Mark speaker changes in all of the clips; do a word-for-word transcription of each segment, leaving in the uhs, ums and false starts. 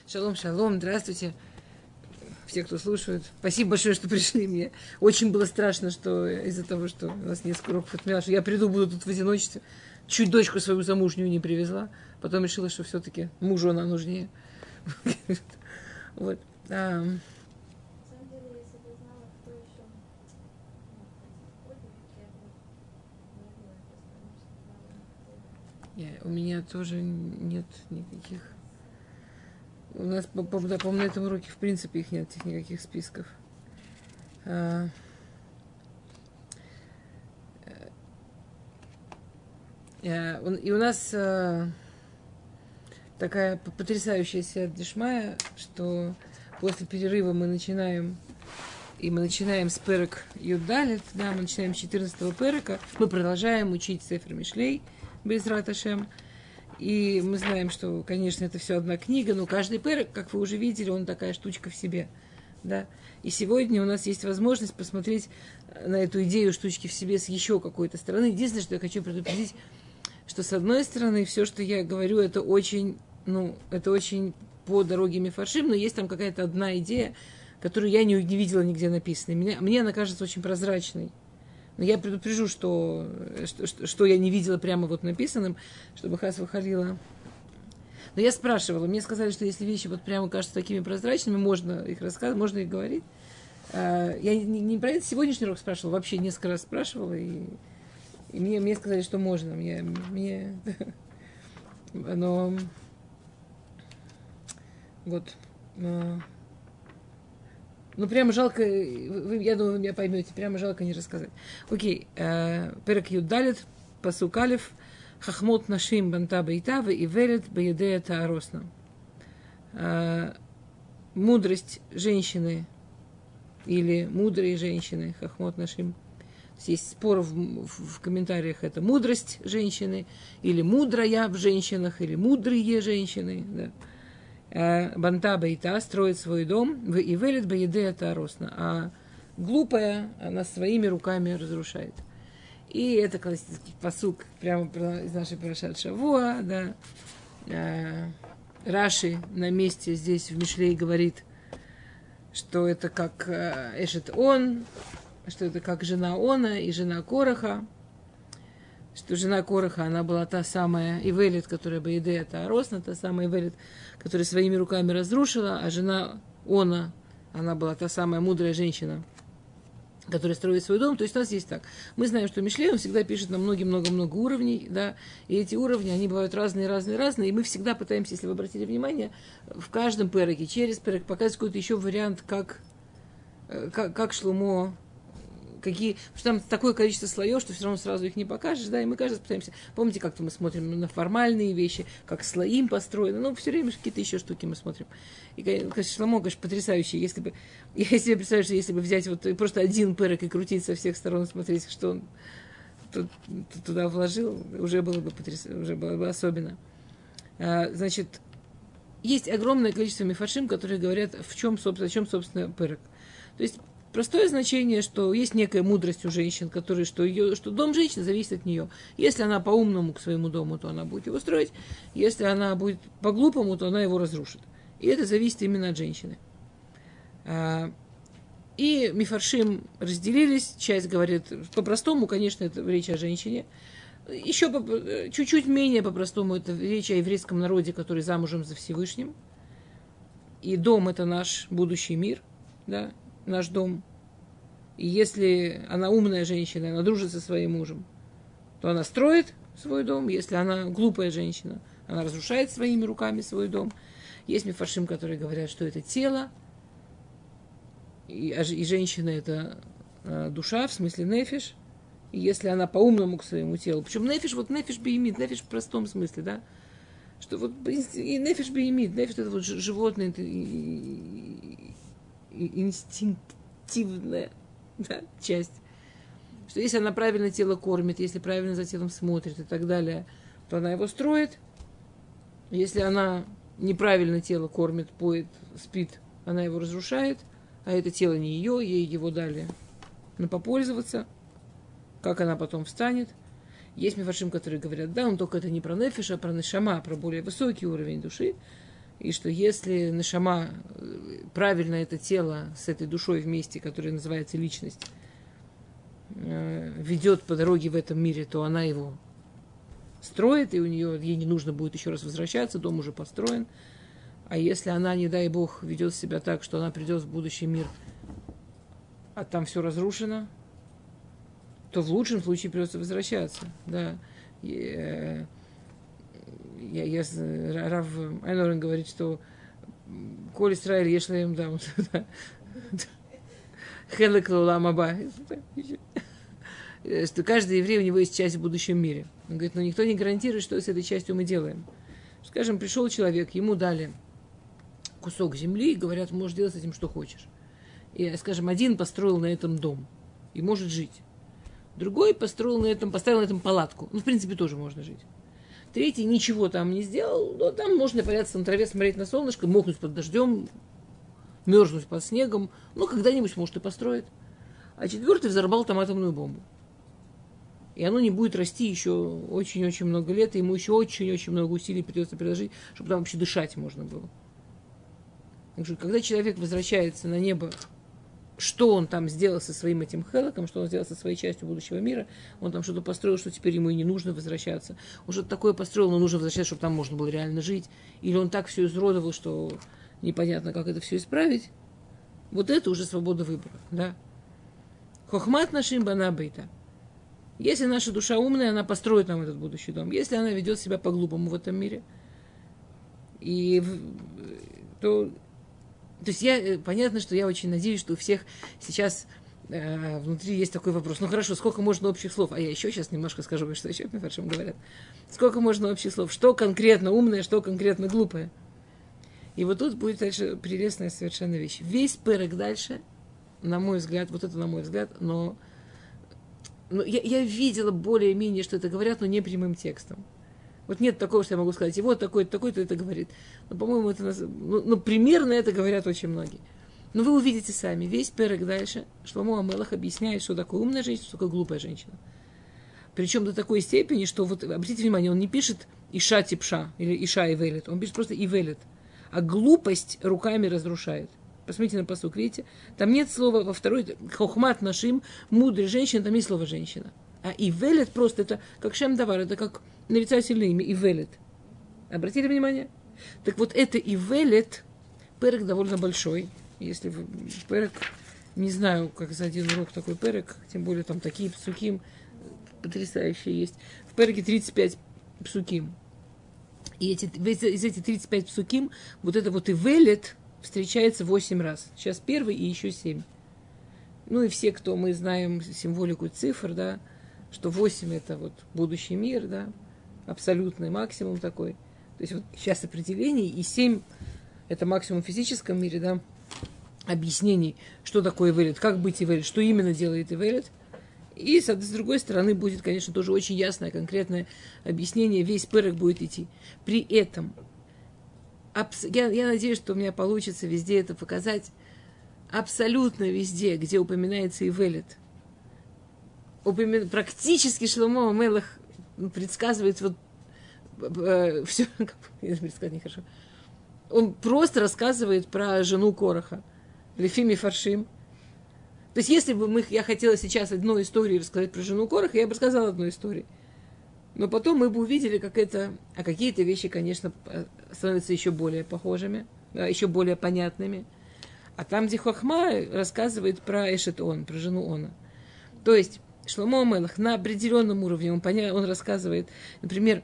Speaker 1: Шалом, шалом, здравствуйте. Все, кто слушают. Спасибо большое, что пришли. Мне очень было страшно, что из-за того, что у нас несколько уроков отменяла, что я приду, буду тут в одиночестве. Чуть дочку свою замужнюю не привезла. Потом решила, что все-таки мужу она нужнее. Вот. У меня тоже нет никаких. У нас, по, по, да, по-моему, на этом уроке, в принципе, их нет, этих никаких списков. А, а, и у нас а, такая потрясающая сиат дишмая, что после перерыва мы начинаем, и мы начинаем с перек Юдалит, да, мы начинаем с четырнадцатого перека, мы продолжаем учить Сефер Мишлей, Безрат Ашем. И мы знаем, что, конечно, это все одна книга, но каждый перек, как вы уже видели, он такая штучка в себе. Да? И сегодня у нас есть возможность посмотреть на эту идею штучки в себе с еще какой-то стороны. Единственное, что я хочу предупредить, что с одной стороны, все, что я говорю, это очень, ну, это очень по дороге Мифаршим, но есть там какая-то одна идея, которую я не, не видела нигде написанной. Мне, мне она кажется очень прозрачной. Но я предупрежу, что, что, что я не видела прямо вот написанным, чтобы Хас выхалила. Но я спрашивала, мне сказали, что если вещи вот прямо кажутся такими прозрачными, можно их рассказывать, можно их говорить. Я не, не про это сегодняшний урок спрашивала, вообще несколько раз спрашивала, и, и мне, мне сказали, что можно. Мне, мне, но вот. Ну, прямо жалко, вы, я думаю, вы меня поймете, прямо жалко не рассказать. Окей, перек Юдалит, пасук алеф, хахмот нашим банта бейтава и велет беедея тааросна. Мудрость женщины или мудрые женщины, хахмот нашим. Есть спор в, в, в комментариях, это мудрость женщины, или мудрая в женщинах, или мудрые женщины, да. Банта бейта строит свой дом, и велит беедея тааросна, а глупая она своими руками разрушает. И это классический пасук прямо из нашей парашат Шавуа, да. Раши на месте здесь в Мишлей говорит, что это как Эшет Он, что это как жена Она и жена Кораха, что жена Кораха, она была та самая Ивелит, которая беедея тааросна, та самая Ивелит, которая своими руками разрушила, а жена Она, она была та самая мудрая женщина, которая строит свой дом. То есть у нас есть так. Мы знаем, что Мишлей, он всегда пишет на много-много-много уровней, да, и эти уровни, они бывают разные-разные-разные, и мы всегда пытаемся, если вы обратили внимание, в каждом переке, через перек показывать какой-то еще вариант, как, как, как Шломо, какие, потому что там такое количество слоев, что все равно сразу их не покажешь, да, и мы каждый раз пытаемся, помните, как-то мы смотрим на формальные вещи, как слои построены, ну, все время какие-то еще штуки мы смотрим. И, конечно, Шломо, конечно, потрясающий, если бы, я себе представляю, что если бы взять вот просто один перек и крутить со всех сторон, смотреть, что он туда вложил, уже было бы потрясающе, уже было бы особенно. А, значит, есть огромное количество мифаршим, которые говорят, в чем, собственно, о чем, собственно, перек. То есть, простое значение, что есть некая мудрость у женщин, которые, что, ее, что дом женщины зависит от нее. Если она по-умному к своему дому, то она будет его строить. Если она будет по-глупому, то она его разрушит. И это зависит именно от женщины. И мифаршим разделились. Часть говорит, по-простому, конечно, это речь о женщине. Еще по, чуть-чуть менее по-простому, это речь о еврейском народе, который замужем за Всевышним. И дом – это наш будущий мир, да, наш дом. И если она умная женщина, она дружит со своим мужем, то она строит свой дом. Если она глупая женщина, она разрушает своими руками свой дом. Есть мифаршим, которые говорят, что это тело, и, и женщина – это а, душа, в смысле нефиш. И если она по-умному к своему телу, причем нефиш, вот нефиш беймит, нефиш в простом смысле, да, что вот и нефиш беймит, нефиш – это вот животное, это инстинктивная, да, часть. Что если она правильно тело кормит, если правильно за телом смотрит и так далее, то она его строит. Если она неправильно тело кормит, поет, спит, она его разрушает, а это тело не ее, ей его дали на попользоваться. Как она потом встанет? Есть мифаршим, которые говорят, да, он только это не про нефиш, а про нешама, про более высокий уровень души. И что если нешама, правильно это тело с этой душой вместе, которая называется личность, ведет по дороге в этом мире, то она его строит, и у нее, ей не нужно будет еще раз возвращаться, дом уже построен. А если она, не дай бог, ведет себя так, что она придет в будущий мир, а там все разрушено, то в лучшем случае придется возвращаться. Да. И, я, я, Рав Айнорен говорит, что Коль Исраэль ешлаем да, хелек лолам аба, что каждый еврей, у него есть часть в будущем мире. Он говорит, но никто не гарантирует, что с этой частью мы делаем. Скажем, пришел человек, ему дали кусок земли и говорят, можешь делать с этим, что хочешь. И, скажем, один построил на этом дом и может жить. Другой построил на этом, поставил на этом палатку. Ну, в принципе, тоже можно жить. Третий ничего там не сделал, но там можно валяться на траве, смотреть на солнышко, мокнуть под дождем, мерзнуть под снегом. Ну, когда-нибудь, может, и построит. А четвертый взорвал там атомную бомбу. И оно не будет расти еще очень-очень много лет, и ему еще очень-очень много усилий придется приложить, чтобы там вообще дышать можно было. Так что, когда человек возвращается на небо, что он там сделал со своим этим хелоком, что он сделал со своей частью будущего мира, он там что-то построил, что теперь ему и не нужно возвращаться. Он что-то такое построил, но нужно возвращаться, чтобы там можно было реально жить. Или он так все изуродовал, что непонятно, как это все исправить. Вот это уже свобода выбора, да. Хохмат нашим банабейта. Если наша душа умная, она построит нам этот будущий дом. Если она ведет себя по-глупому в этом мире, и, то, то есть я, понятно, что я очень надеюсь, что у всех сейчас э, внутри есть такой вопрос. Ну хорошо, сколько можно общих слов? А я еще сейчас немножко скажу, что еще мифаршим говорят. Сколько можно общих слов? Что конкретно умное, что конкретно глупое? И вот тут будет дальше прелестная совершенно вещь. Весь пэрек дальше, на мой взгляд, вот это на мой взгляд, но... Ну, я, я видела более-менее, что это говорят, но не прямым текстом. Вот нет такого, что я могу сказать, и вот такой-то, такой-то это говорит. Но, по-моему, это, ну, ну, примерно это говорят очень многие. Но вы увидите сами, весь пэрек дальше, Шломо ха-Мелех объясняет, что такое умная женщина, что такое глупая женщина. Причем до такой степени, что, вот, обратите внимание, он не пишет Иша типша, или Иша ивелет, он пишет просто ивелет. А глупость руками разрушает. Посмотрите на пасук, видите? Там нет слова во второй, хохмат нашим, мудрая женщина, там есть слово женщина. А ивелет просто, это как шем-давар, это как нарицательное имя, ивелет. Обратили внимание? Так вот это ивелет, перек довольно большой. Если вы, перек, не знаю, как за один урок такой перек, тем более там такие псуким потрясающие есть. В переке тридцать пять псуким. И эти, из этих тридцать пять псуким, вот это вот ивелет, встречается восемь раз. Сейчас первый и еще семь. Ну и все, кто мы знаем символику цифр, да, что восемь это вот будущий мир, да, абсолютный максимум такой. То есть вот сейчас определений, и семь это максимум в физическом мире, да, объяснений, что такое ивелет, как быть ивелет, что именно делает ивелет. И с другой стороны будет, конечно, тоже очень ясное, конкретное объяснение, весь пэрек будет идти. При этом Я, я надеюсь, что у меня получится везде это показать. Абсолютно везде, где упоминается ивелет. Упомя... Практически Шломо ха-Мелех предсказывает вот э, все, я предсказать нехорошо. Он просто рассказывает про жену Кораха, Лефи мифаршим. То есть, если бы мы, я хотела сейчас одну историю рассказать про жену Кораха, я бы рассказала одну историю. Но потом мы бы увидели, как это... А какие-то вещи, конечно, становятся еще более похожими, еще более понятными. А там, где Хохма рассказывает про Эшет Он, про жену Она. То есть, Шломо ха-Мелех на определенном уровне, он, поня... он рассказывает, например,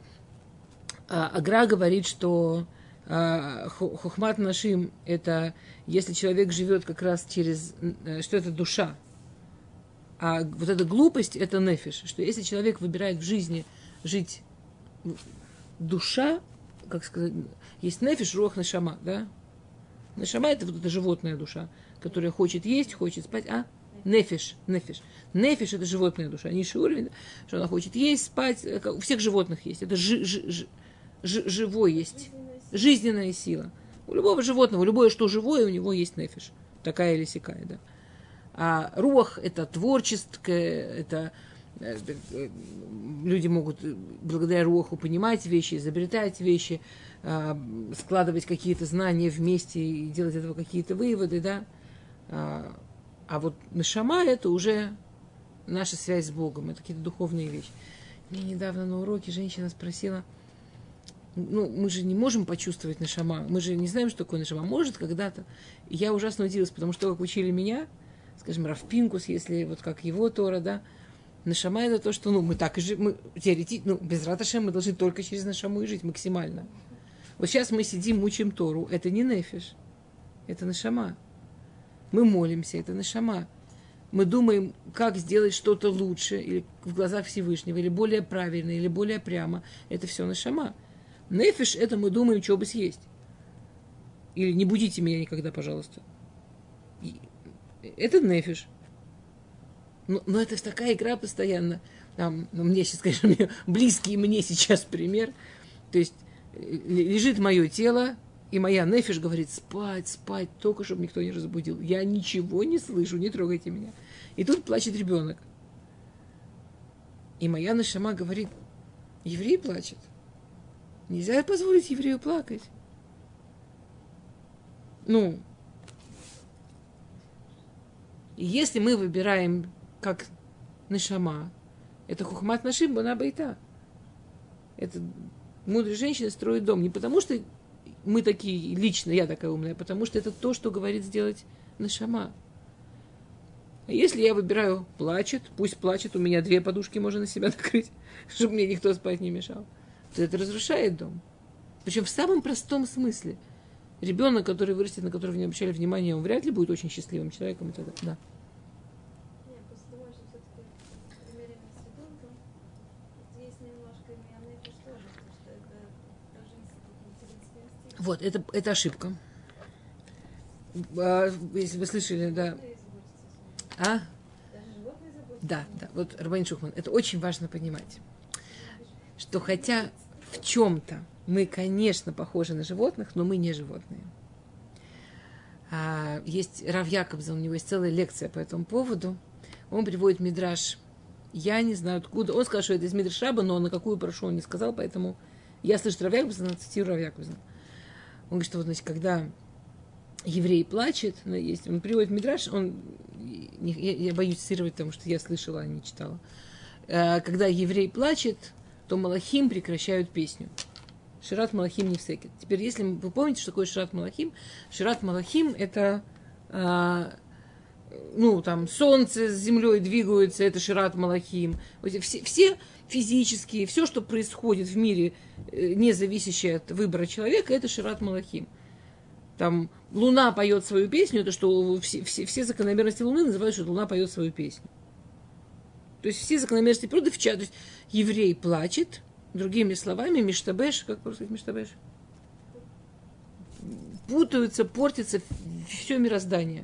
Speaker 1: Агра говорит, что Хохмат нашим – это если человек живет как раз через... что это душа. А вот эта глупость – это нефиш. Что если человек выбирает в жизни жить душа, как сказать, есть нефиш, руах, нешама, да? Нешама – это вот эта животная душа, которая хочет есть, хочет спать, а? Нефиш, нефиш. Нефиш – это животная душа, низший уровень, что она хочет есть, спать, у всех животных есть, это жи, жи, жи, жи, живой есть, жизненная сила. У любого животного, любое, что живое, у него есть нефиш, такая или сякая, да. А руах – это творческое, это Люди могут благодаря руху понимать вещи, изобретать вещи, складывать какие-то знания вместе и делать из этого какие-то выводы, да. А вот нешама – это уже наша связь с Богом, это какие-то духовные вещи. Мне недавно на уроке женщина спросила, ну, мы же не можем почувствовать нешама, мы же не знаем, что такое нешама. Может, когда-то. И я ужасно удивилась, потому что, как учили меня, скажем, Рав Пинкус, если вот как его Тора, да, нешама – это то, что, ну, мы так и живем, теоретически, ну, без Рат ха-Шем мы должны только через нешаму и жить максимально. Вот сейчас мы сидим, учим Тору, это не нефиш, это нешама. Мы молимся, это нешама. Мы думаем, как сделать что-то лучше, или в глазах Всевышнего, или более правильно, или более прямо. Это все нешама. Нефиш – это мы думаем, что бы съесть. Или не будите меня никогда, пожалуйста. Это нефиш. Но, но это такая игра постоянно. Там, ну, мне сейчас, конечно, мне, близкий мне сейчас пример. То есть лежит мое тело, и моя нефиш говорит: спать, спать, только чтобы никто не разбудил. Я ничего не слышу, не трогайте меня. И тут плачет ребенок. И моя нешама говорит: еврей плачет. Нельзя позволить еврею плакать. Ну, и если мы выбираем как нешама, это хухмат нашим бана байта. Это мудрые женщины строят дом. Не потому что мы такие, лично я такая умная, потому что это то, что говорит сделать нешама. А если я выбираю плачет, пусть плачет, у меня две подушки можно на себя накрыть, чтобы мне никто спать не мешал, то это разрушает дом. Причем в самом простом смысле. Ребенок, который вырастет, на которого не обращали внимания, он вряд ли будет очень счастливым человеком. И тогда. Да.
Speaker 2: Я просто думаю, что все-таки примерение с ребенком здесь немножко не нефиш тоже, потому что это даже материнский инстинкт.
Speaker 1: Вот, это, это ошибка. А, если вы слышали, да. А? Да, да. Вот, Рабейн Шухман, это очень важно понимать, что хотя в чем-то мы, конечно, похожи на животных, но мы не животные. А, есть Рав Якобсон, у него есть целая лекция по этому поводу. Он приводит мидраш. Я не знаю откуда. Он сказал, что это из мидраш Раба, но на какую прошу он не сказал, поэтому я слышу Рав Якобсона, цитирую Рав Якобсона. Он говорит, что вот, значит, когда еврей плачет, есть, он приводит мидраш, он, я, я боюсь цитировать, потому что я слышала, а не читала. А, когда еврей плачет, то малахим прекращают песню. Шират Малахим не всекет. Теперь, если вы помните, что такое Шират Малахим, Шират Малахим это, а, ну, там, солнце с землей двигаются, это Шират Малахим. Все, все физические, все, что происходит в мире, не зависящее от выбора человека, это Шират Малахим. Там Луна поет свою песню, это что все, все, все закономерности Луны называют, что Луна поет свою песню. То есть все закономерности природы в чат. То есть еврей плачет, другими словами, миштабеш, как просто сказать миштабеш? Путаются, портится все мироздание.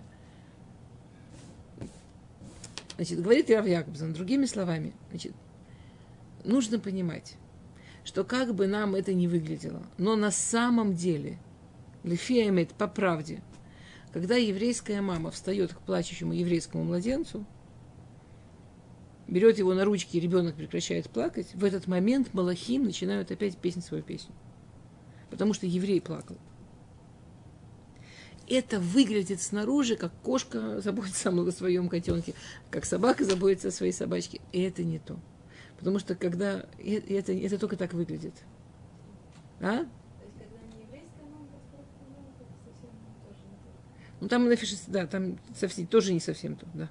Speaker 1: Значит, говорит Рав Якобсон, другими словами, значит, нужно понимать, что как бы нам это ни выглядело, но на самом деле, лефиэмет, по правде, когда еврейская мама встает к плачущему еврейскому младенцу, берет его на ручки, и ребенок прекращает плакать, в этот момент малахим начинают опять петь свою песню. Потому что еврей плакал. Это выглядит снаружи, как кошка заботится о своем котенке, как собака заботится о своей собачке. И это не то. Потому что когда... Это, это только так выглядит. А? Ну, там, да, там совсем, тоже не совсем то, да.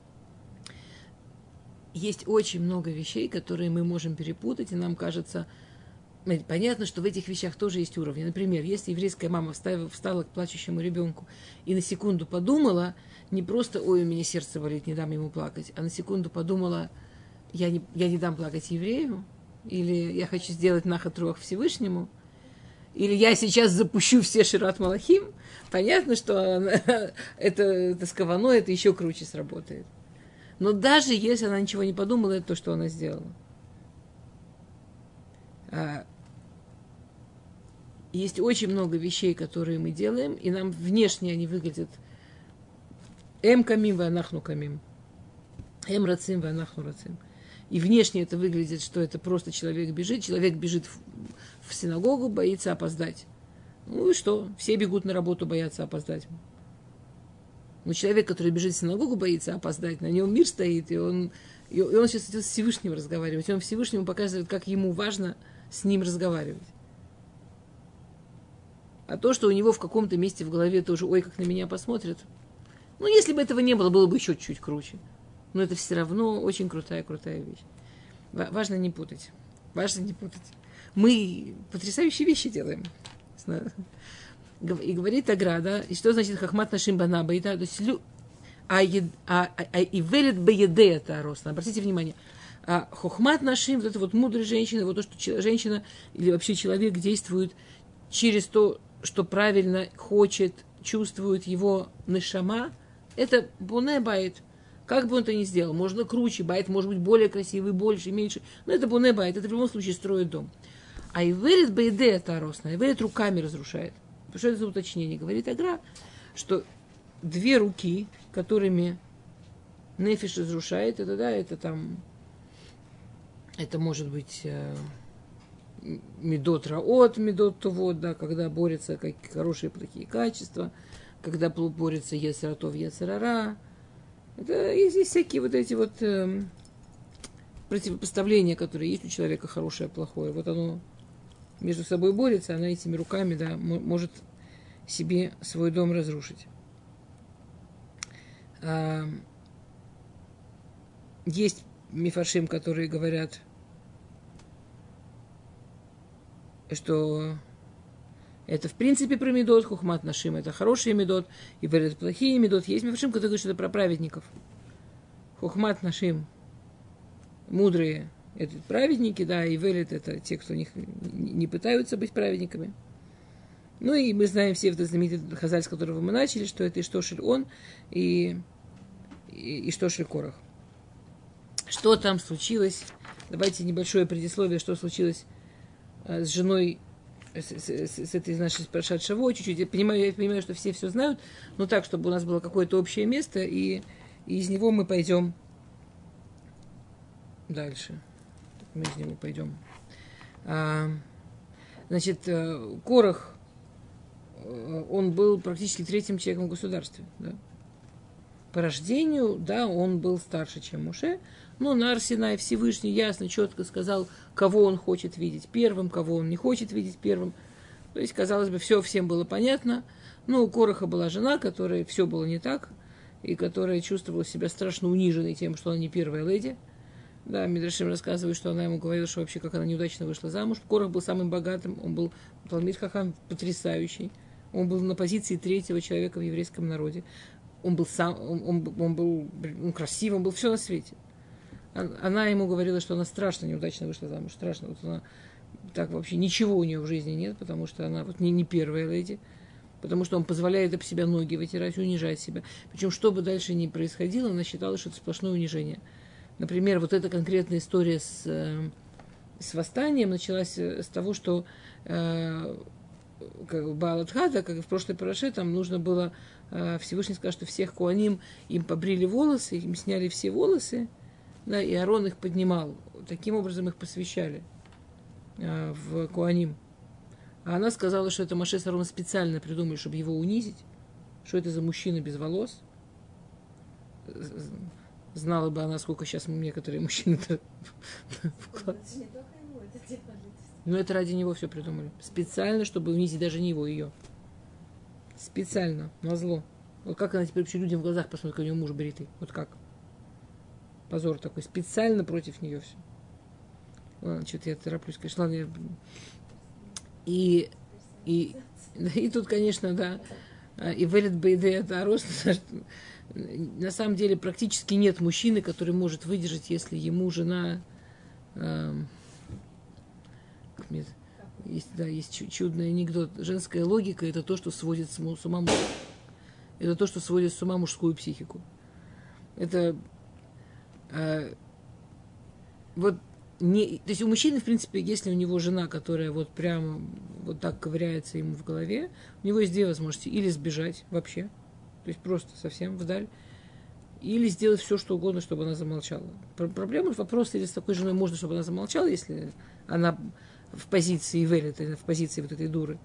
Speaker 1: Есть очень много вещей, которые мы можем перепутать, и нам кажется, понятно, что в этих вещах тоже есть уровни. Например, если еврейская мама встала, встала к плачущему ребенку и на секунду подумала, не просто «ой, у меня сердце болит, не дам ему плакать», а на секунду подумала «я не, я не дам плакать еврею», или «я хочу сделать нахат руах Всевышнему», или «я сейчас запущу все Шират Малахим», понятно, что она, это, это скавано, это еще круче сработает. Но даже если она ничего не подумала, это то, что она сделала. А, есть очень много вещей, которые мы делаем, и нам внешне они выглядят эм камим ва анахну камим, эм рацим ва анахну рацим. и внешне это выглядит, что это просто человек бежит. Человек бежит в, в синагогу, боится опоздать. Ну и что? Все бегут на работу, боятся опоздать. Но человек, который бежит в синагогу, боится опоздать. На нем мир стоит, и он, и он сейчас идет с Всевышним разговаривать. И он Всевышнему показывает, как ему важно с ним разговаривать. А то, что у него в каком-то месте в голове тоже, ой, как на меня посмотрят. Ну, если бы этого не было, было бы еще чуть-чуть круче. Но это все равно очень крутая-крутая вещь. Важно не путать. Важно не путать. Мы потрясающие вещи делаем. И говорит Агра, да, и что значит хахмат нашим банаба, то есть лю... а и велит бееде это рост. Обратите внимание, а хохмат нашим, вот это вот мудрая женщина, вот то, что женщина или вообще человек действует через то, что правильно хочет, чувствует его нешама, это буне байт. Как бы он это ни сделал, можно круче, байт может быть более красивый, больше, меньше, но это буне байт, это в любом случае строит дом. А и велит бееде это рост, а и велит руками разрушает. Что это за уточнение? Говорит Агра, что две руки, которыми нефиш разрушает, это да, это там, это может быть э, медот раот, медот тувот, да, когда борются как хорошие и плохие качества, когда борются ецератов, ецерара. Это есть, есть всякие вот эти вот э, противопоставления, которые есть у человека, хорошее, плохое. Вот оно между собой борется, она этими руками, да, может себе свой дом разрушить. А, есть мифаршим, которые говорят, что это в принципе про медот, хухмат нашим, это хорошие медот, и говорят, плохие медот. Есть мифаршим, которые говорят, что это про праведников. Хухмат нашим, мудрые, это праведники, да, и велит это те, кто них не пытаются быть праведниками. Ну и мы знаем все этот знаменитый хазаль, с которого мы начали, что это Иштошель он и, и Иштошель Корах. Что там случилось? Давайте небольшое предисловие, что случилось с женой, с, с, с этой нашей Паршат Шаво, чуть-чуть. Я понимаю, я понимаю, что все все знают, но так, чтобы у нас было какое-то общее место, и, и из него мы пойдем дальше. Мы из него пойдем. А, значит, Корах, он был практически третьим человеком в государстве. Да? По рождению, да, он был старше, чем Моше, но на Ар Синай Всевышний ясно, четко сказал, кого он хочет видеть первым, кого он не хочет видеть первым. То есть, казалось бы, все всем было понятно. Но у Кораха была жена, которой все было не так, и которая чувствовала себя страшно униженной тем, что она не первая леди. Да, Мидрашим рассказывает, что она ему говорила, что вообще как она неудачно вышла замуж. Корах был самым богатым, он был Талмид Хахам потрясающий. Он был на позиции третьего человека в еврейском народе. Он был сам, он, он, он был он красивый, он был все на свете. Она ему говорила, что она страшно неудачно вышла замуж. Страшно. Вот она так вообще ничего у нее в жизни нет, потому что она вот не, не первая леди. Потому что он позволяет об себя ноги вытирать, унижать себя. Причем, что бы дальше ни происходило, она считала, что это сплошное унижение. Например, вот эта конкретная история с, с восстанием началась с того, что э, как Баал-ад-Хада, как и в прошлой параше, там нужно было, э, Всевышний сказал, что всех куаним им побрили волосы, им сняли все волосы, да, и Аарон их поднимал. Таким образом их посвящали э, в куаним. А она сказала, что это Моше с Аароном специально придумали, чтобы его унизить, что это за мужчина без волос. Знала бы она, сколько сейчас некоторые мужчины вкладываются. Но это ради него все придумали. Специально, чтобы унизить даже не его, а ее. Специально, назло. Вот как она теперь вообще людям в глазах посмотрит, как у нее муж бритый. Вот как. Позор такой. Специально против нее все. Ладно, что-то я тороплюсь, конечно. Ладно, я... И, и, и тут, конечно, да, и велит бейде это рост. На самом деле практически нет мужчины, который может выдержать, если ему жена... Э, есть, да, есть чудный анекдот. Женская логика – это то, что сводит с ума мужскую. Это то, что сводит с ума мужскую психику. Это... Э, вот не, то есть у мужчины, в принципе, если у него жена, которая вот прямо вот так ковыряется ему в голове, у него есть две возможности. Или сбежать вообще, то есть просто совсем вдаль, или сделать все, что угодно, чтобы она замолчала. Проблема, вопрос, или с такой женой можно, чтобы она замолчала, если она в позиции Велита, в позиции вот этой дуры.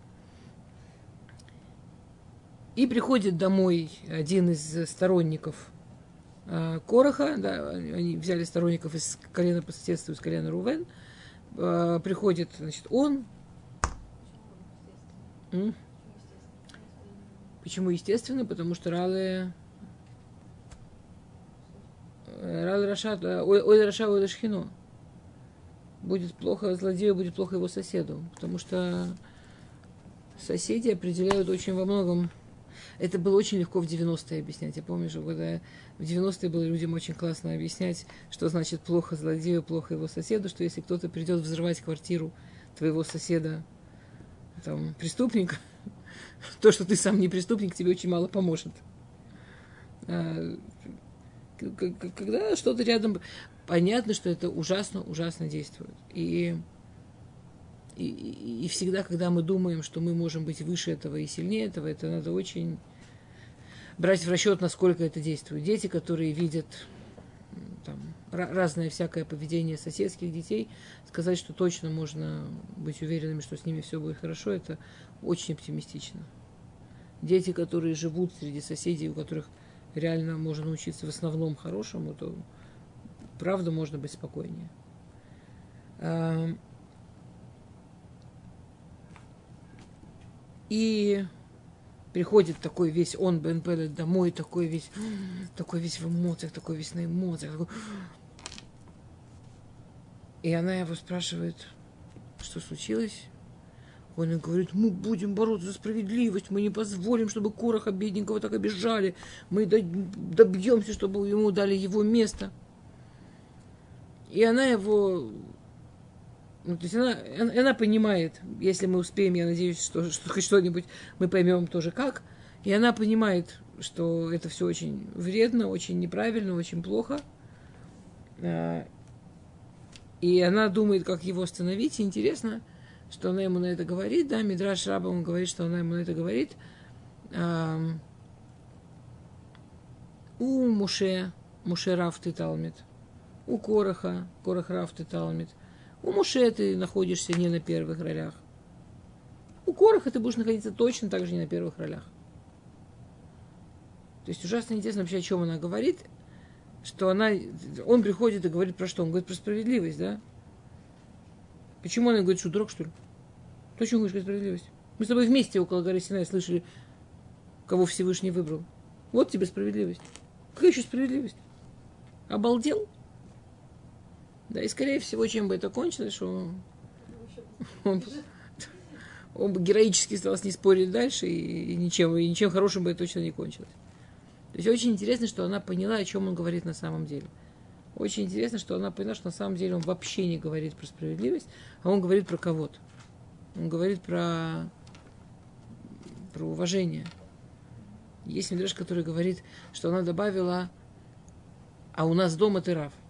Speaker 1: И приходит домой один из сторонников э, Кораха, да, они взяли сторонников из колена по соседству, из колена Рувен. Э, приходит, значит, он. М? Почему естественно? Потому что Ралы... Ралы Рашат... Ой, Раша, ой, Шхино. Будет плохо злодею, будет плохо его соседу. Потому что соседи определяют очень во многом. Это было очень легко в девяностые объяснять. Я помню, что когда в девяностые было людям очень классно объяснять, что значит плохо злодею, плохо его соседу, что если кто-то придет взрывать квартиру твоего соседа, там, преступника, то, что ты сам не преступник, тебе очень мало поможет. Когда что-то рядом... Понятно, что это ужасно, ужасно действует. И, и, и всегда, когда мы думаем, что мы можем быть выше этого и сильнее этого, это надо очень брать в расчет, насколько это действует. Дети, которые видят там, разное всякое поведение соседских детей, сказать, что точно можно быть уверенными, что с ними все будет хорошо, это очень оптимистично. Дети, которые живут среди соседей, у которых реально можно научиться в основном хорошему, то правда можно быть спокойнее. И приходит такой весь он, Бен Пелет, домой, такой весь, такой весь в эмоциях, такой весь на эмоциях. Такой... И она его спрашивает, что случилось. Он говорит, мы будем бороться за справедливость, мы не позволим, чтобы Кораха бедненького так обижали, мы добьемся, чтобы ему дали его место. И она его... Ну, то есть она, она понимает, если мы успеем, я надеюсь, что, что хоть что-нибудь мы поймем тоже как. И она понимает, что это все очень вредно, очень неправильно, очень плохо. И она думает, как его остановить. И интересно, что она ему на это говорит. Да, Мидраш Раба, он говорит, что она ему на это говорит. У Муше, Муше Раф ты Талмид. У Кораха, Корах Раф ты Талмид. У Муше ты находишься не на первых ролях. У Кораха ты будешь находиться точно так же не на первых ролях. То есть ужасно интересно вообще, о чем она говорит, что она, он приходит и говорит про что? Он говорит про справедливость, да? Почему она говорит, что дурак, что ли? То, что он говорит про справедливость? Мы с тобой вместе около горы Синай слышали, кого Всевышний выбрал. Вот тебе справедливость. Какая еще справедливость? Обалдел? Да, и скорее всего, чем бы это кончилось, что он, он бы героически старался не спорить дальше, и, и, ничем, и ничем хорошим бы это точно не кончилось. То есть очень интересно, что она поняла, о чем он говорит на самом деле. Очень интересно, что она поняла, что на самом деле он вообще не говорит про справедливость, а он говорит про кого-то. Он говорит про, про уважение. Есть мидраш, который говорит, что она добавила, а у нас дома ты рав.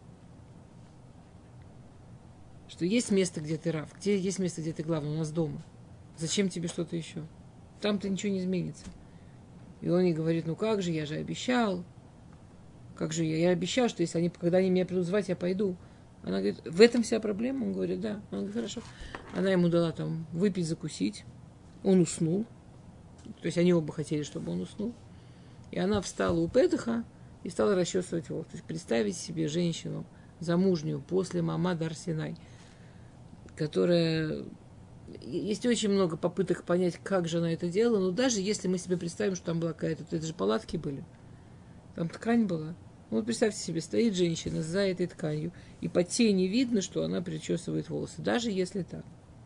Speaker 1: Что есть место, где ты рав, где есть место, где ты главный, у нас дома. Зачем тебе что-то еще? Там-то ничего не изменится. И он ей говорит, ну как же, я же обещал. Как же я? Я обещал, что если они, когда они меня придут звать, я пойду. Она говорит, в этом вся проблема? Он говорит, да. Он говорит, хорошо. Она ему дала там выпить, закусить. Он уснул. То есть они оба хотели, чтобы он уснул. И она встала у Петаха и стала расчесывать волосы. То есть представить себе женщину замужнюю после Маамад ар Синай, которая... Есть очень много попыток понять, как же она это делала, но даже если мы себе представим, что там была какая-то... Это же палатки были. Там ткань была. Вот представьте себе, стоит женщина за этой тканью, и по тени видно, что она причесывает волосы. Даже если так.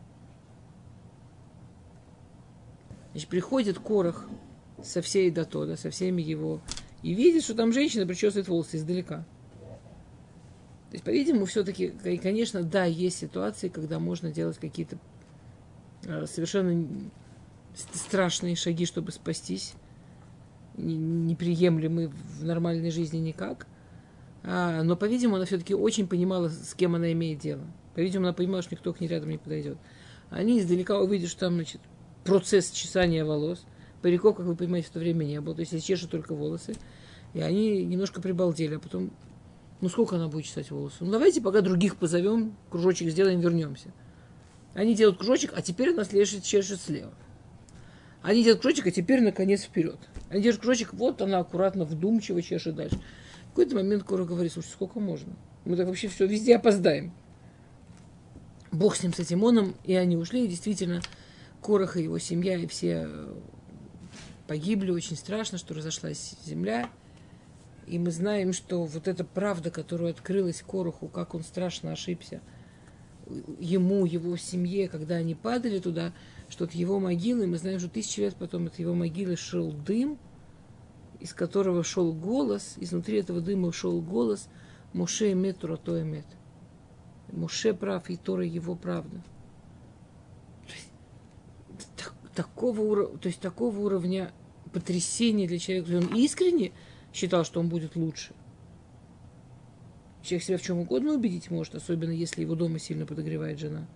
Speaker 1: Значит, приходит Корах со всей Дато, со всеми его... И видит, что там женщина причесывает волосы издалека. То есть, по-видимому, все-таки, конечно, да, есть ситуации, когда можно делать какие-то совершенно страшные шаги, чтобы спастись, неприемлемые в нормальной жизни никак. Но, по-видимому, она все-таки очень понимала, с кем она имеет дело. По-видимому, она понимала, что никто к ней рядом не подойдет. Они издалека увидят, что там, значит, процесс чесания волос. Париков, как вы понимаете, в то время не было. То есть, чешут только волосы. И они немножко прибалдели, а потом, ну сколько она будет чесать волосы? Ну давайте пока других позовем, кружочек сделаем, вернемся. Они делают кружочек, а теперь она чешет, чешет слева. Они делают кружочек, а теперь наконец вперед. Они делают кружочек, вот она аккуратно, вдумчиво чешет дальше. В какой-то момент Корах говорит: слушай, сколько можно? Мы так вообще все везде опоздаем. Бог с ним, с этим оном, и они ушли, и действительно Корах и его семья, и все погибли. Очень страшно, что разошлась земля. И мы знаем, что вот эта правда, которая открылась Кораху, как он страшно ошибся, ему, его семье, когда они падали туда, что от его могилы, мы знаем, что тысячи лет потом от его могилы шел дым, из которого шел голос, изнутри этого дыма шел голос: Моше эмет, Торато эмет. Моше прав, и Тора его правда. То есть, так, такого, уров... то есть, такого уровня потрясения для человека, он искренне считал, что он будет лучше. Человек себя в чем угодно убедить может, особенно если его дома сильно подогревает жена.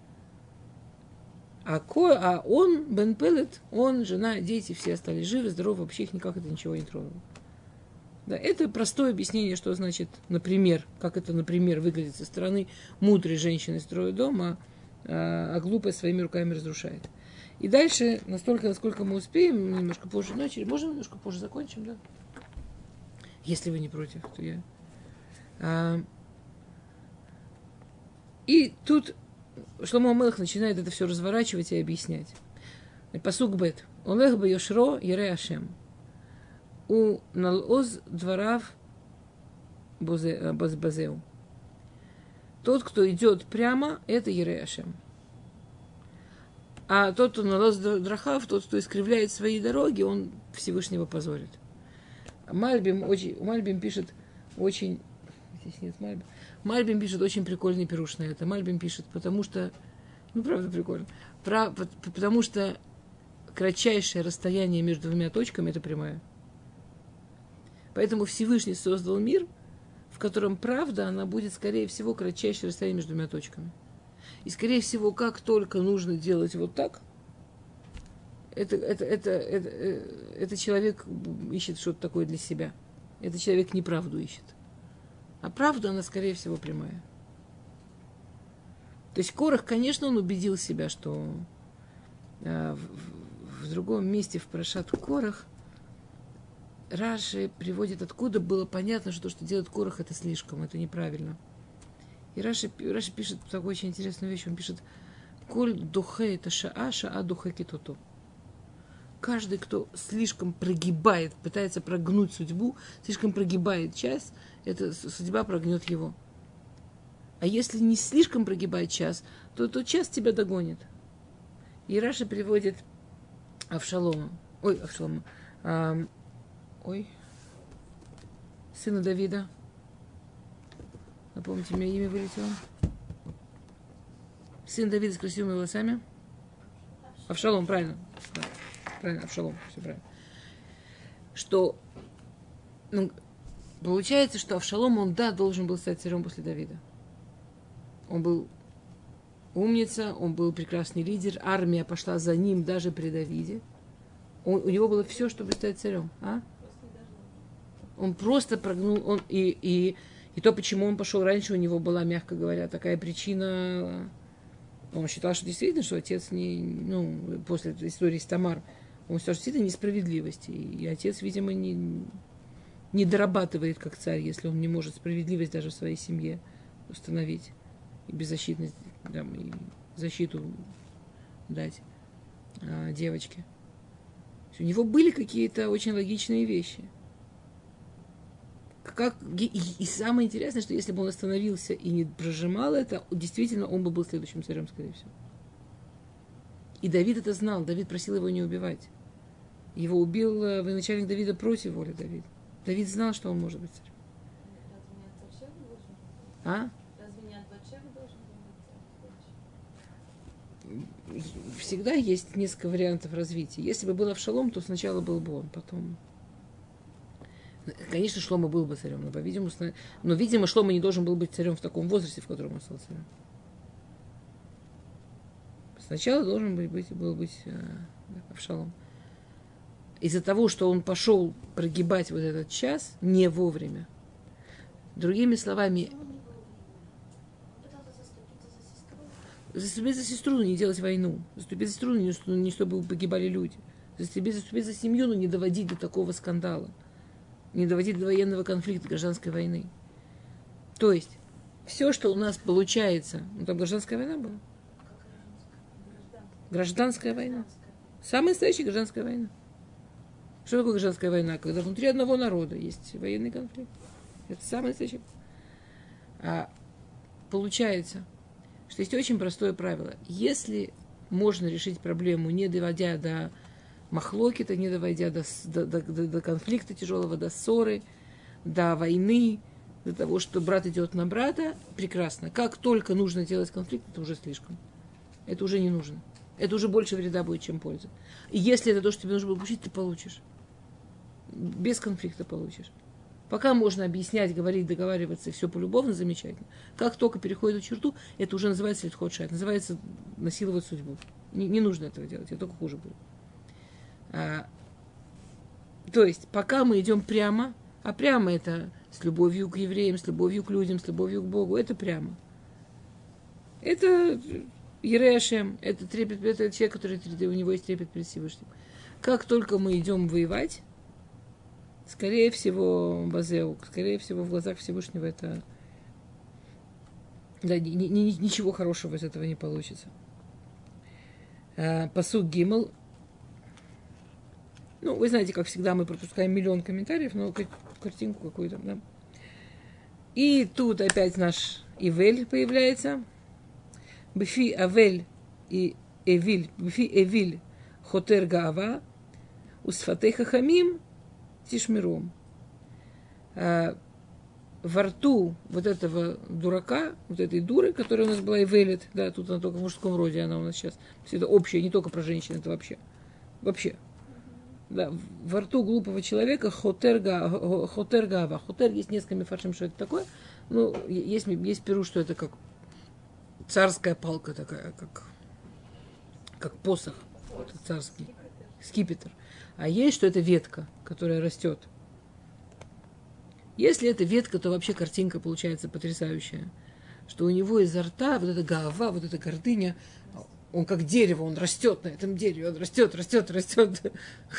Speaker 1: А, ко... а он, Бен Пелет, он, жена, дети, все остались живы, здоровы, вообще их никак это ничего не тронуло. Да, это простое объяснение, что значит, например, как это, например, выглядит со стороны. Мудрой женщины строит дом, а, а, а глупая своими руками разрушает. И дальше, настолько, насколько мы успеем, немножко позже ночи, можем немножко позже закончим, да? Если вы не против, то я... А, и тут Шломо ха-Мелех начинает это все разворачивать и объяснять. Пасук бет. Олех бе йошро ере Ашем. У налоз дворав базеу. Тот, кто идет прямо, это ере Ашем. А тот, кто налоз драхав, тот, кто искривляет свои дороги, он Всевышнего позорит. Мальбим, очень, Мальбим пишет очень... Здесь нет Мальбим. Мальбим пишет очень прикольный пируш на это. Мальбим пишет, потому что... Ну, правда, прикольно. Про, потому что кратчайшее расстояние между двумя точками – это прямая. Поэтому Всевышний создал мир, в котором правда, она будет, скорее всего, кратчайшее расстояние между двумя точками. И, скорее всего, как только нужно делать вот так, это, это, это, это, это человек ищет что-то такое для себя. Этот человек неправду ищет. А правда, она, скорее всего, прямая. То есть Корах, конечно, он убедил себя, что а, в, в другом месте в Парашат Корах Раши приводит, откуда было понятно, что то, что делает Корах, это слишком, это неправильно. И Раши, Раши пишет такую очень интересную вещь. Он пишет: «Коль духе это шаа, шаа духе китоту». Каждый, кто слишком прогибает, пытается прогнуть судьбу, слишком прогибает час, эта судьба прогнет его. А если не слишком прогибает час, то, то час тебя догонит. И Раши приводит Авшалома. Ой, Авшалома. А, ой. Сына Давида. Напомните, мне имя вылетело. Сын Давида с красивыми волосами. Авшалом, правильно. Да. Правильно, Авшалом, все правильно. Что, ну, получается, что Авшалом, он, да, должен был стать царем после Давида. Он был умница, он был прекрасный лидер, армия пошла за ним даже при Давиде. Он, у него было все, чтобы стать царем. А? Он просто прогнул, он, и, и, и то, почему он пошел раньше, у него была, мягко говоря, такая причина. Он считал, что действительно, что отец не, ну, после этой истории с Тамар, он считал, что действительно несправедливости. И отец, видимо, не, не дорабатывает как царь, если он не может справедливость даже в своей семье установить. И беззащитность, да, и защиту дать а, девочке. У него были какие-то очень логичные вещи. Как, и, и самое интересное, что если бы он остановился и не прожимал это, действительно он бы был следующим царем, скорее всего. И Давид это знал. Давид просил его не убивать. Его убил военачальник Давида против воли Давида. Давид знал, что он может быть царем. А? Всегда есть несколько вариантов развития. Если бы был Авшалом, то сначала был бы он, потом... Конечно, Шломо был бы царем, но, по-видимому, но, видимо, Шломо не должен был быть царем в таком возрасте, в котором он стал царем. Сначала должен был быть, был быть э, Авшалом. из-за того, что он пошел прогибать вот этот час не вовремя. Другими словами, заступить за сестру, но не делать войну. Заступить за сестру, но не чтобы погибали люди. Заступить, заступить за семью, но не доводить до такого скандала. Не доводить до военного конфликта, гражданской войны. То есть, все, что у нас получается... Ну, там гражданская война была? Гражданская война. Самая настоящая гражданская война. Что такое гражданская война? Когда внутри одного народа есть военный конфликт. Это самое настоящее. А получается, что есть очень простое правило. Если можно решить проблему, не доводя до махлокита, не доводя до, до, до, до конфликта тяжелого, до ссоры, до войны, до того, что брат идет на брата, прекрасно. Как только нужно делать конфликт, это уже слишком. Это уже не нужно. Это уже больше вреда будет, чем пользы. И если это то, что тебе нужно было получить, ты получишь. Без конфликта получишь. Пока можно объяснять, говорить, договариваться, и все полюбовно, замечательно. Как только переходит эту черту, это уже называется литхот-шайт, называется насиловать судьбу. Не, не нужно этого делать, это только хуже будет. А, то есть, пока мы идем прямо, а прямо это с любовью к евреям, с любовью к людям, с любовью к Богу, это прямо. Это Йирей Ашем, это трепет, это человек, который у него есть трепет перед Всевышним. Как только мы идем воевать, скорее всего, базеу, скорее всего, в глазах Всевышнего это... Да, ни, ни, ничего хорошего из этого не получится. А, пасук Гимл. Ну, вы знаете, как всегда, мы пропускаем миллион комментариев, но картинку какую-то, да. И тут опять наш Ивель появляется. Бфи Авель и Эвиль, Бфи Эвиль Хотер Гаава, Усфатей Хахамим Тишмиром. А, во рту вот этого дурака, вот этой дуры, которая у нас была Эвелит, да, тут она только в мужском роде, она у нас сейчас, все это общее, не только про женщин, это вообще, вообще. Да, во рту глупого человека Хотер Гаава. Хотер есть несколько мифаршим, что это такое. Ну, есть, есть перу, что это как царская палка такая, как, как посох, это царский, скипетр. А есть, что это ветка, которая растет. Если это ветка, то вообще картинка получается потрясающая. Что у него изо рта вот эта гаава, вот эта гордыня, он как дерево, он растет на этом дереве, он растет, растет, растет.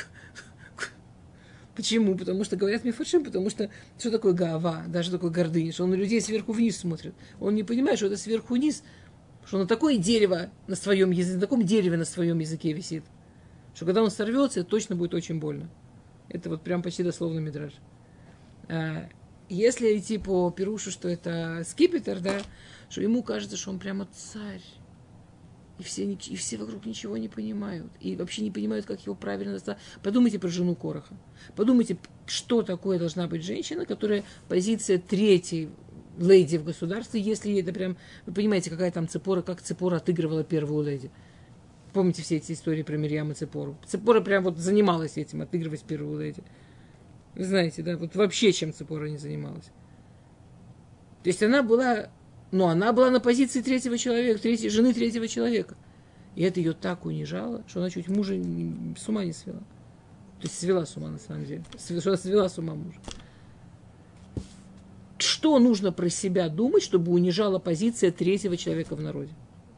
Speaker 1: Почему? Потому что, говорят мифаршим, потому что что такое гаава, даже такое гордыня, что он на людей сверху вниз смотрит. Он не понимает, что это сверху вниз, что на такое дерево на своем языке, на таком дереве на своем языке висит, что когда он сорвется, это точно будет очень больно. Это вот прям почти дословно мидраш. А если идти по пирушу, что это скипетр, да, что ему кажется, что он прямо царь, и все, и все вокруг ничего не понимают, и вообще не понимают, как его правильно достать. Подумайте про жену Кораха. Подумайте, что такое должна быть женщина, которая позиция третьей леди в государстве, если ей это прям... Вы понимаете, какая там Ципора, как Ципора отыгрывала первую леди. Помните все эти истории про Мирьям и Ципору? Ципора прям вот занималась этим, отыгрывать первую леди. Вы знаете, да, вот вообще чем Ципора не занималась. То есть она была... Но она была на позиции третьего человека, третьей, жены третьего человека. И это ее так унижало, что она чуть мужа с ума не свела. То есть свела с ума, на самом деле. Что свела с ума мужа. Что нужно про себя думать, чтобы унижала позиция третьего человека в народе?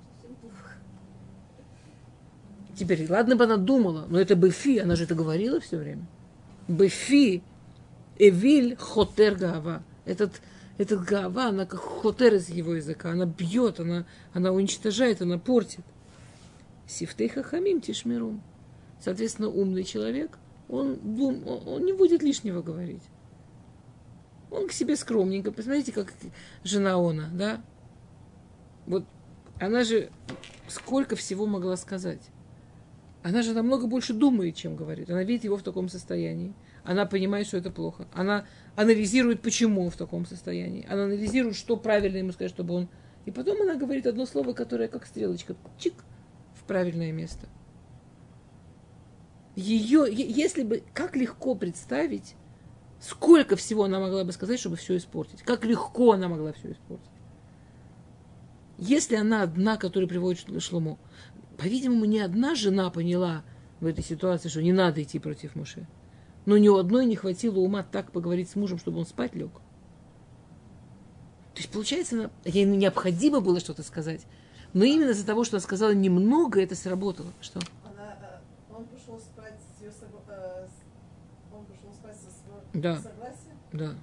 Speaker 1: Теперь, ладно бы она думала, но это Бефи, она же это говорила все время. Бефи, Эвиль, Хотер Гаава. Этот... Этот гава, она как хотер из его языка, она бьет, она, она уничтожает, она портит. Сифтей хахамим тишмирум. Соответственно, умный человек, он, он, он не будет лишнего говорить. Он к себе скромненько. Посмотрите, как жена Она, да? Вот она же сколько всего могла сказать. Она же намного больше думает, чем говорит. Она видит его в таком состоянии. Она понимает, что это плохо. Она анализирует, почему он в таком состоянии. Она анализирует, что правильно ему сказать, чтобы он... И потом она говорит одно слово, которое как стрелочка. Чик, в правильное место. Ее... Если бы... Как легко представить, сколько всего она могла бы сказать, чтобы все испортить. Как легко она могла все испортить. Если она одна, которая приводит Шломо. По-видимому, не одна жена поняла, в этой ситуации, что не надо идти против Моше. Но ни у одной не хватило ума так поговорить с мужем, чтобы он спать лег. То есть, получается, ей необходимо было что-то сказать. Но именно из-за того, что она сказала немного, это сработало. Что?
Speaker 3: Она, он пошел спать с ее согла... он пошел спать со своего
Speaker 1: Да.
Speaker 3: согласия?
Speaker 1: Да.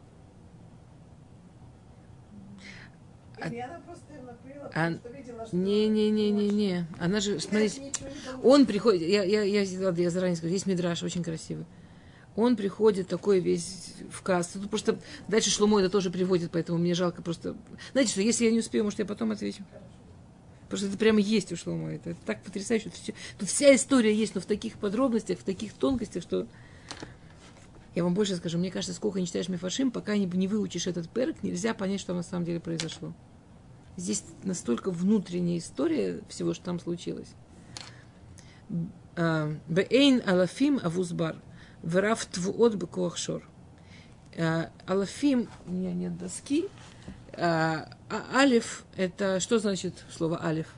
Speaker 3: Или она просто его накрыла,
Speaker 1: А...
Speaker 3: потому что видела, что...
Speaker 1: Не-не-не-не-не. Она же, смотрите, он приходит, я, я, я, я заранее скажу, есть мидраш, очень красивый. Он приходит такой весь в кассу. Ну, просто дальше Шломо это тоже приводит, поэтому мне жалко просто... Знаете что, если я не успею, может, я потом отвечу. Потому что это прямо есть у Шломо. Это, это так потрясающе. Все, тут вся история есть, но в таких подробностях, в таких тонкостях, что... Я вам больше скажу, мне кажется, сколько не читаешь Мифашим, пока не, не выучишь этот перек, нельзя понять, что на самом деле произошло. Здесь настолько внутренняя история всего, что там случилось. Беэйн алафим авузбар. Враф твуот бекуахшор. Алафим, у меня нет доски. А алиф, это что значит слово алиф?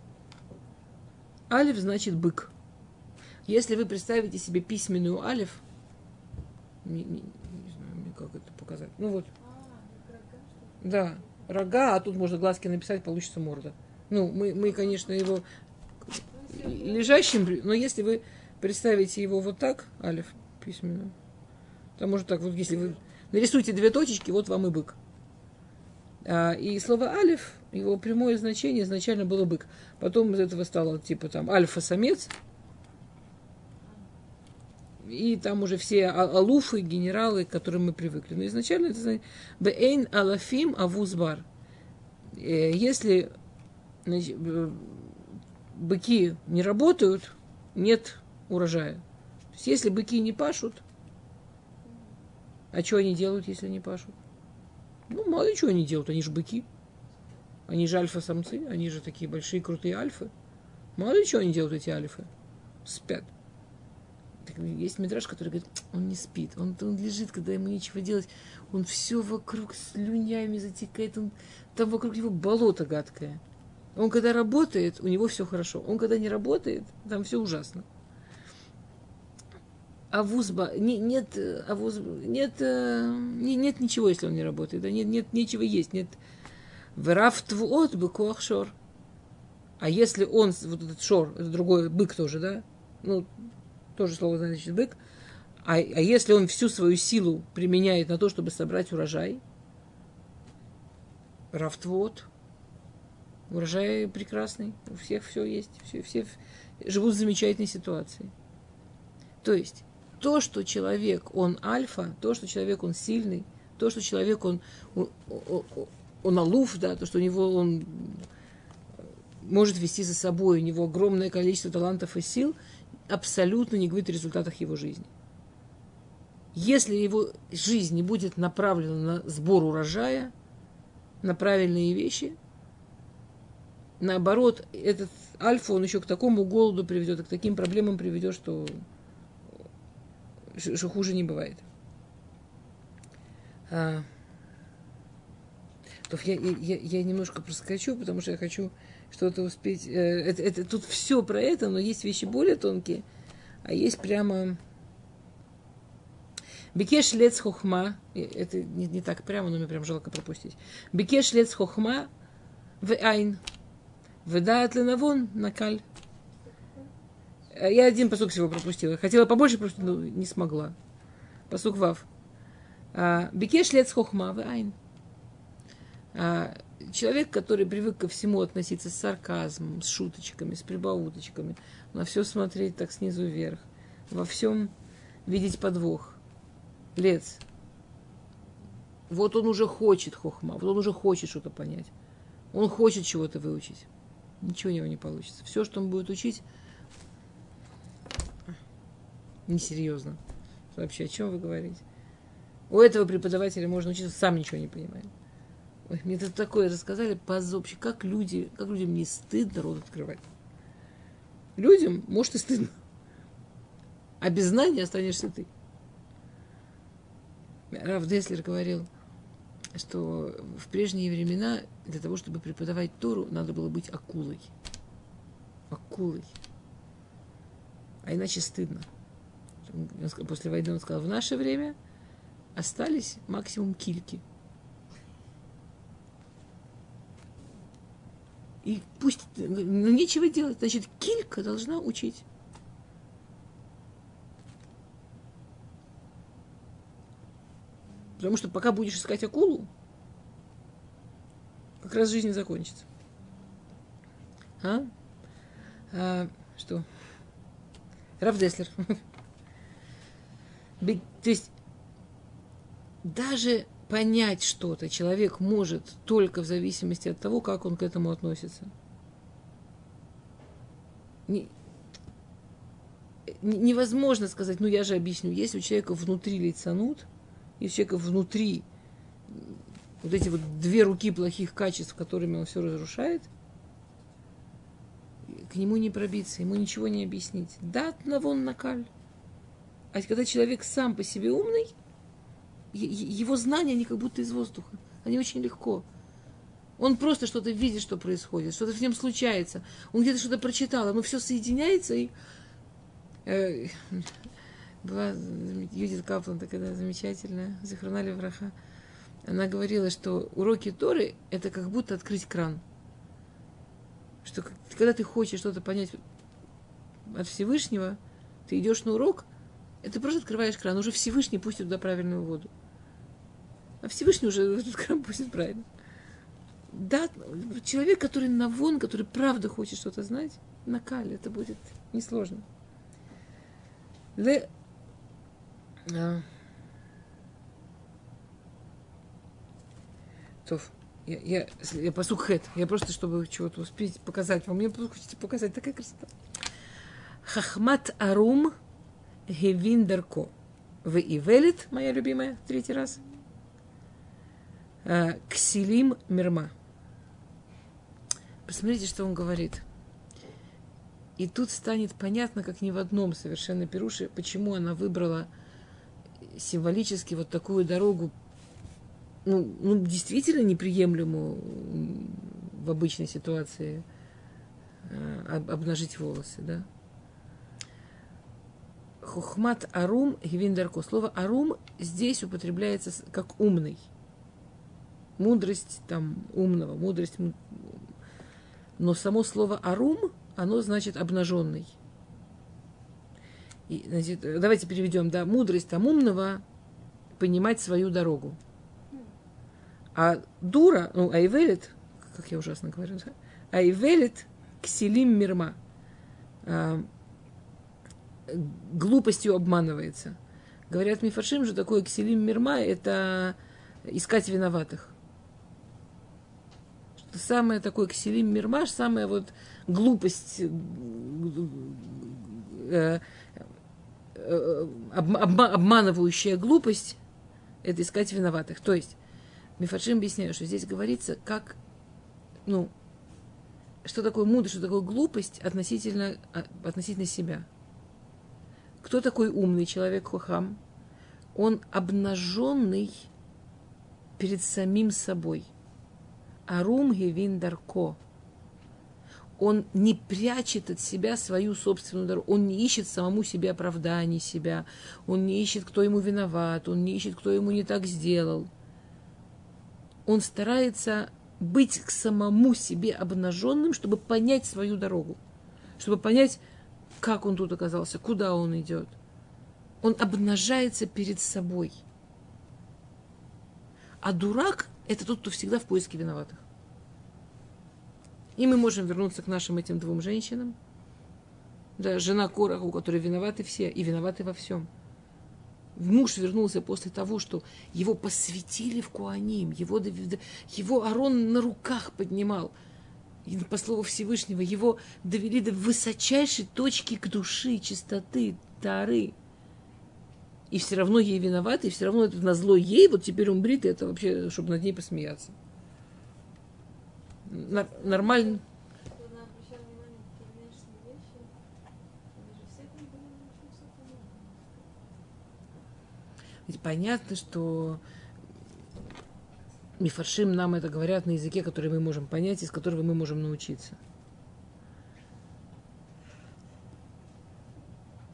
Speaker 1: Алиф значит бык. Если вы представите себе письменную алиф, не, не, не знаю, как это показать. Ну вот. Да, рога, а тут можно глазки написать, получится морда. Ну, мы, мы конечно, его лежащим, но если вы представите его вот так, алиф, письменно, то может так, вот если вы нарисуете две точечки, вот вам и бык. А, и слово алиф, его прямое значение изначально было бык. Потом из этого стало типа там альфа-самец. И там уже все алуфы, генералы, к которым мы привыкли. Но изначально это беэйн алафим авузбар. Если значит, быки не работают, нет урожая. То есть если быки не пашут, а что они делают, если не пашут? Ну, мало ли что они делают, они же быки. Они же альфа-самцы, они же такие большие крутые альфы. Мало ли что они делают, эти альфы. Спят. Есть мидраш, который говорит, он не спит, он, он лежит, когда ему нечего делать, он все вокруг слюнями затекает, он, там вокруг него болото гадкое. Он когда работает, у него все хорошо, он когда не работает, там все ужасно. Авузба, не, нет, авуз, нет, не, нет ничего, если он не работает, да, нет, нет нечего есть, нет. Враф твуот бекуах шор. А если он, вот этот шор, это другой, бык тоже, да, ну, тоже слово значит бык. А, а если он всю свою силу применяет на то, чтобы собрать урожай, рафтвот, урожай прекрасный, у всех все есть, все, все живут в замечательной ситуации. То есть, то, что человек, он альфа, то, что человек, он сильный, то, что человек, он, он, он, он алуф, да, то, что у него он может вести за собой, у него огромное количество талантов и сил, абсолютно не говорит о результатах его жизни. Если его жизнь не будет направлена на сбор урожая, на правильные вещи, наоборот, этот альфа, он еще к такому голоду приведет, к таким проблемам приведет, что, что хуже не бывает. А, то я, я, я немножко проскочу, потому что я хочу что-то успеть. Это, это, тут все про это, но есть вещи более тонкие, а есть прямо... Бекеш лец хохма, это не, не так прямо, но мне прям жалко пропустить. Бекеш лец хохма в айн, выдает ленавон накаль. Я один пасук всего пропустила. Хотела побольше, просто но не смогла. Пасук вав. Бекеш лец хохма в айн. Человек, который привык ко всему относиться с сарказмом, с шуточками, с прибауточками, на все смотреть так снизу вверх, во всем видеть подвох. Лец. Вот он уже хочет хохма, вот он уже хочет что-то понять. Он хочет чего-то выучить. Ничего у него не получится. Все, что он будет учить, несерьезно. Вообще, о чем вы говорите? У этого преподавателя можно учиться, сам ничего не понимает. Ой, мне тут такое рассказали, позор. Как люди, как людям не стыдно рот открывать. Людям, может, и стыдно. А без знания останешься ты. Рав Деслер говорил, что в прежние времена для того, чтобы преподавать Тору, надо было быть акулой. Акулой. А иначе стыдно. После войны он сказал, в наше время остались максимум кильки. И пусть, ну, нечего делать, значит, килька должна учить. Потому что пока будешь искать акулу, как раз жизнь не закончится. А? А что? Рав Деслер. То есть даже понять что-то человек может только в зависимости от того, как он к этому относится. Не, невозможно сказать, ну я же объясню, если у человека внутри лицанут, если у человека внутри вот эти вот две руки плохих качеств, которыми он все разрушает, к нему не пробиться, ему ничего не объяснить. Да, навон накаль. А когда человек сам по себе умный, его знания, они как будто из воздуха. Они очень легко. Он просто что-то видит, что происходит, что-то в нем случается. Он где-то что-то прочитал, оно все соединяется. И... Была Юдит Каплан такая замечательная, Зихрона левраха. Она говорила, что уроки Торы – это как будто открыть кран. Что когда ты хочешь что-то понять от Всевышнего, ты идешь на урок, и ты просто открываешь кран, уже Всевышний пустит туда правильную воду. А Всевышний уже этот кран пустит правильно. Да, человек, который навон, который правда хочет что-то знать, накаль, это будет несложно. Ле... А. Тоф. Я, я, я посук хэт. Я просто, чтобы чего-то успеть показать вам. Мне хочется показать. Такая красота. Хахмат арум гевин дарко. Вы и велит, моя любимая, третий раз. Ксилим мирма. Посмотрите, что он говорит. И тут станет понятно, как ни в одном совершенно пируше, почему она выбрала символически вот такую дорогу, ну, ну действительно неприемлемую в обычной ситуации э, обнажить волосы, да. Хохмат арум гевиндарко. Слово арум здесь употребляется как умный. Мудрость там умного, мудрость. Но само слово арум, оно значит обнаженный. И, значит, давайте переведем, да, мудрость там умного понимать свою дорогу. А дура, ну, айвелит, как я ужасно говорю, да? Айвелит ксилим мирма. А, глупостью обманывается. Говорят мифаршим, что такое ксилим мирма, это искать виноватых. Что самое такое ксилим мирма, самая вот глупость, э, э, обма, обманывающая глупость, это искать виноватых. То есть мифаршим объясняют, что здесь говорится, как, ну, что такое мудрость, что такое глупость относительно, относительно себя. Кто такой умный человек, хохам? Он обнаженный перед самим собой. Арум гевин дарко. Он не прячет от себя свою собственную дорогу. Он не ищет самому себе оправданий себя. Он не ищет, кто ему виноват. Он не ищет, кто ему не так сделал. Он старается быть к самому себе обнаженным, чтобы понять свою дорогу. Чтобы понять, как он тут оказался, куда он идет. Он обнажается перед собой. А дурак – это тот, кто всегда в поиске виноватых. И мы можем вернуться к нашим этим двум женщинам. Да, жена Кораха, у которой виноваты все, и виноваты во всем. Муж вернулся после того, что его посвятили в Куаним, его, его Арон на руках поднимал. И по слову Всевышнего, его довели до высочайшей точки к души, чистоты, тары. И все равно ей виноваты, и все равно это назло ей, вот теперь он брит, это вообще, чтобы над ней посмеяться. Нар- нормально.
Speaker 2: Она обращала внимание на такие внешние вещи. Они же все там были очень что-то новое.
Speaker 1: Ведь понятно, что мифаршим нам это говорят на языке, который мы можем понять, из которого мы можем научиться.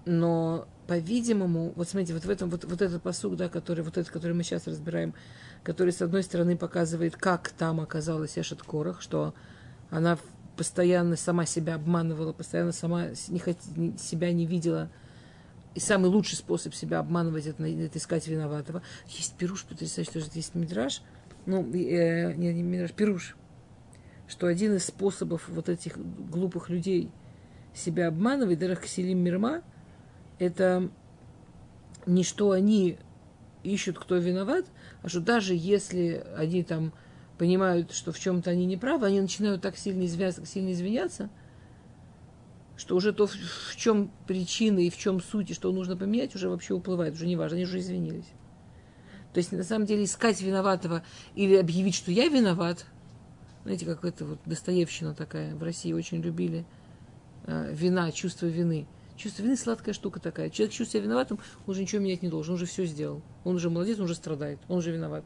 Speaker 1: Но, по-видимому, вот смотрите, вот в этом, вот, вот этот посук, да, который, вот этот, который мы сейчас разбираем, который, с одной стороны, показывает, как там оказалась Эшет Корах, что она постоянно сама себя обманывала, постоянно сама не хот... себя не видела. И самый лучший способ себя обманывать – это, это искать виноватого. Есть пируш, потрясающий, тоже есть мидраж, ну, э, не, не мидраж, пируш, что один из способов вот этих глупых людей себя обманывать, дарах ксилим мирма, это не что они ищут, кто виноват, а что даже если они там понимают, что в чем-то они не правы, они начинают так сильно, извиняться, сильно извиняться, что уже то, в чем причина и в чем суть, и что нужно поменять, уже вообще уплывает, уже не важно, они уже извинились. То есть, на самом деле, искать виноватого или объявить, что я виноват, знаете, как это вот достоевщина такая, в России очень любили, э, вина, чувство вины. Чувство вины сладкая штука такая. Человек чувствует себя виноватым, он уже ничего менять не должен, он уже все сделал. Он уже молодец, он уже страдает, он уже виноват.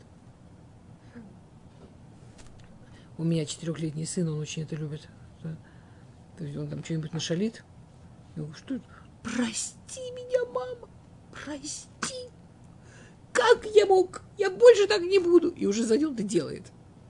Speaker 1: У меня четырехлетний сын, он очень это любит. То есть он там что-нибудь нашалит. Я говорю, что это? Прости меня, мама, прости. Как я мог? Я больше так не буду. И уже за ним-то делает.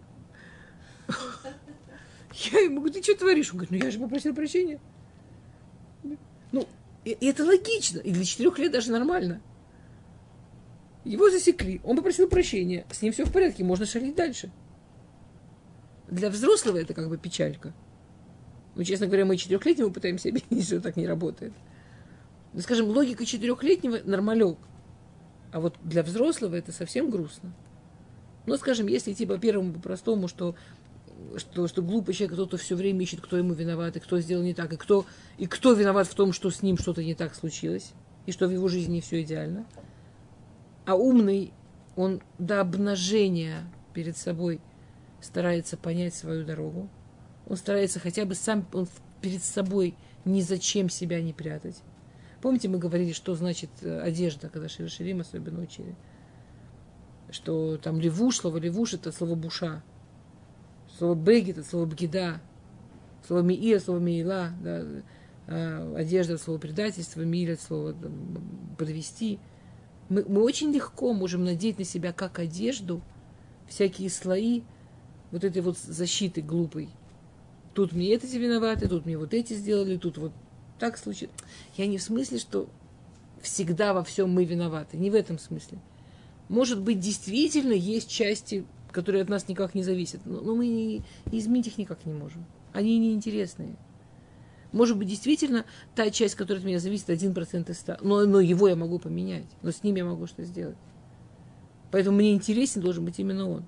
Speaker 1: Я ему говорю, ты что творишь? Он говорит, ну я же попросил прощения. Ну, и это логично. И для четырех лет даже нормально. Его засекли. Он попросил прощения. С ним все в порядке. Можно шалить дальше. Для взрослого это как бы печалька. Ну, честно говоря, мы четырехлетнего пытаемся объяснить, что так не работает. Ну, скажем, логика четырехлетнего нормалек. А вот для взрослого это совсем грустно. Но, скажем, если идти по первому, по-простому, что, что, что глупый человек, кто-то все время ищет, кто ему виноват, и кто сделал не так, и кто, и кто виноват в том, что с ним что-то не так случилось, и что в его жизни не все идеально. А умный, он до обнажения перед собой старается понять свою дорогу. Он старается хотя бы сам, он перед собой ни зачем себя не прятать. Помните, мы говорили, что значит одежда, когда Шир Ширим особенно учили? Что там левуш, слово левуш – это слово буша. Слово беги – это слово бгида. Слово миир, слово миила. Да. А, одежда – это слово предательство, миир – это слово там, подвести. Мы, мы очень легко можем надеть на себя как одежду всякие слои вот этой вот защиты глупой. Тут мне эти виноваты, тут мне вот эти сделали, тут вот так случилось. Я не в смысле, что всегда во всем мы виноваты. Не в этом смысле. Может быть, действительно есть части, которые от нас никак не зависят. Но, но мы не, изменить их никак не можем. Они неинтересные. Может быть, действительно, та часть, которая от меня зависит, один процент из ста. Но, но его я могу поменять. Но с ним я могу что сделать. Поэтому мне интересен должен быть именно он.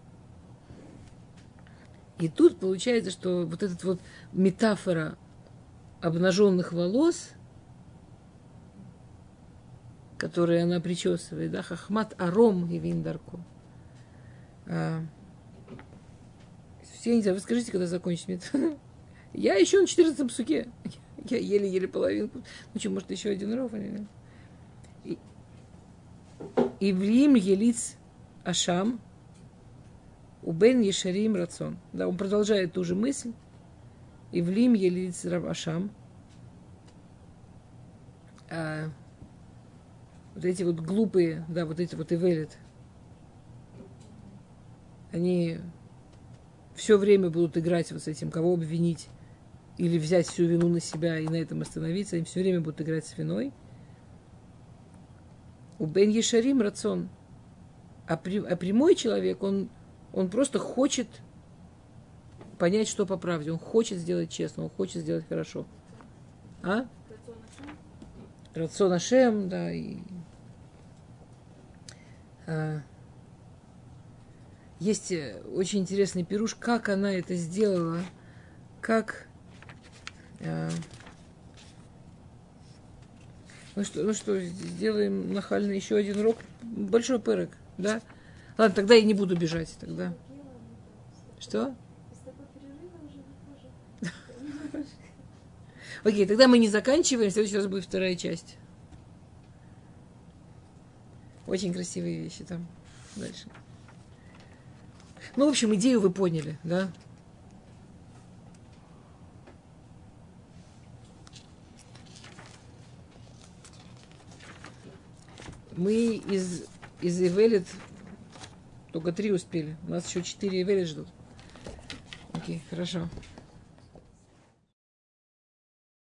Speaker 1: И тут получается, что вот эта вот метафора обнаженных волос, которые она причесывает, да, хахмат аром и виндарку. А, я не знаю, вы скажите, когда закончите. Я еще на четырнадцатом псуке. Я еле-еле половинку. Ну что, может, еще один ров? Ивлим елиц ашам убен ешарим рацон. Да, он продолжает ту же мысль. Ивлим елиц ашам. А, вот эти вот глупые, да, вот эти вот ивелит, они все время будут играть вот с этим, кого обвинить или взять всю вину на себя и на этом остановиться. Им все время будут играть с виной. У бен ешарим рацон. А, при, а прямой человек, он, он просто хочет понять, что по правде. Он хочет сделать честно, он хочет сделать хорошо. А? Рацон Ашем, да. И, а, есть очень интересный пируш, как она это сделала, как... А, ну что, ну что, сделаем нахально еще один урок, большой пырок, да? Ладно, тогда я не буду бежать, тогда. Что? Окей, тогда мы не заканчиваем, в следующий раз будет вторая часть. Очень красивые вещи там дальше. Ну, в общем, идею вы поняли, да? Мы из, из Ивелит только три успели. У нас еще четыре Ивелит ждут. Окей, хорошо.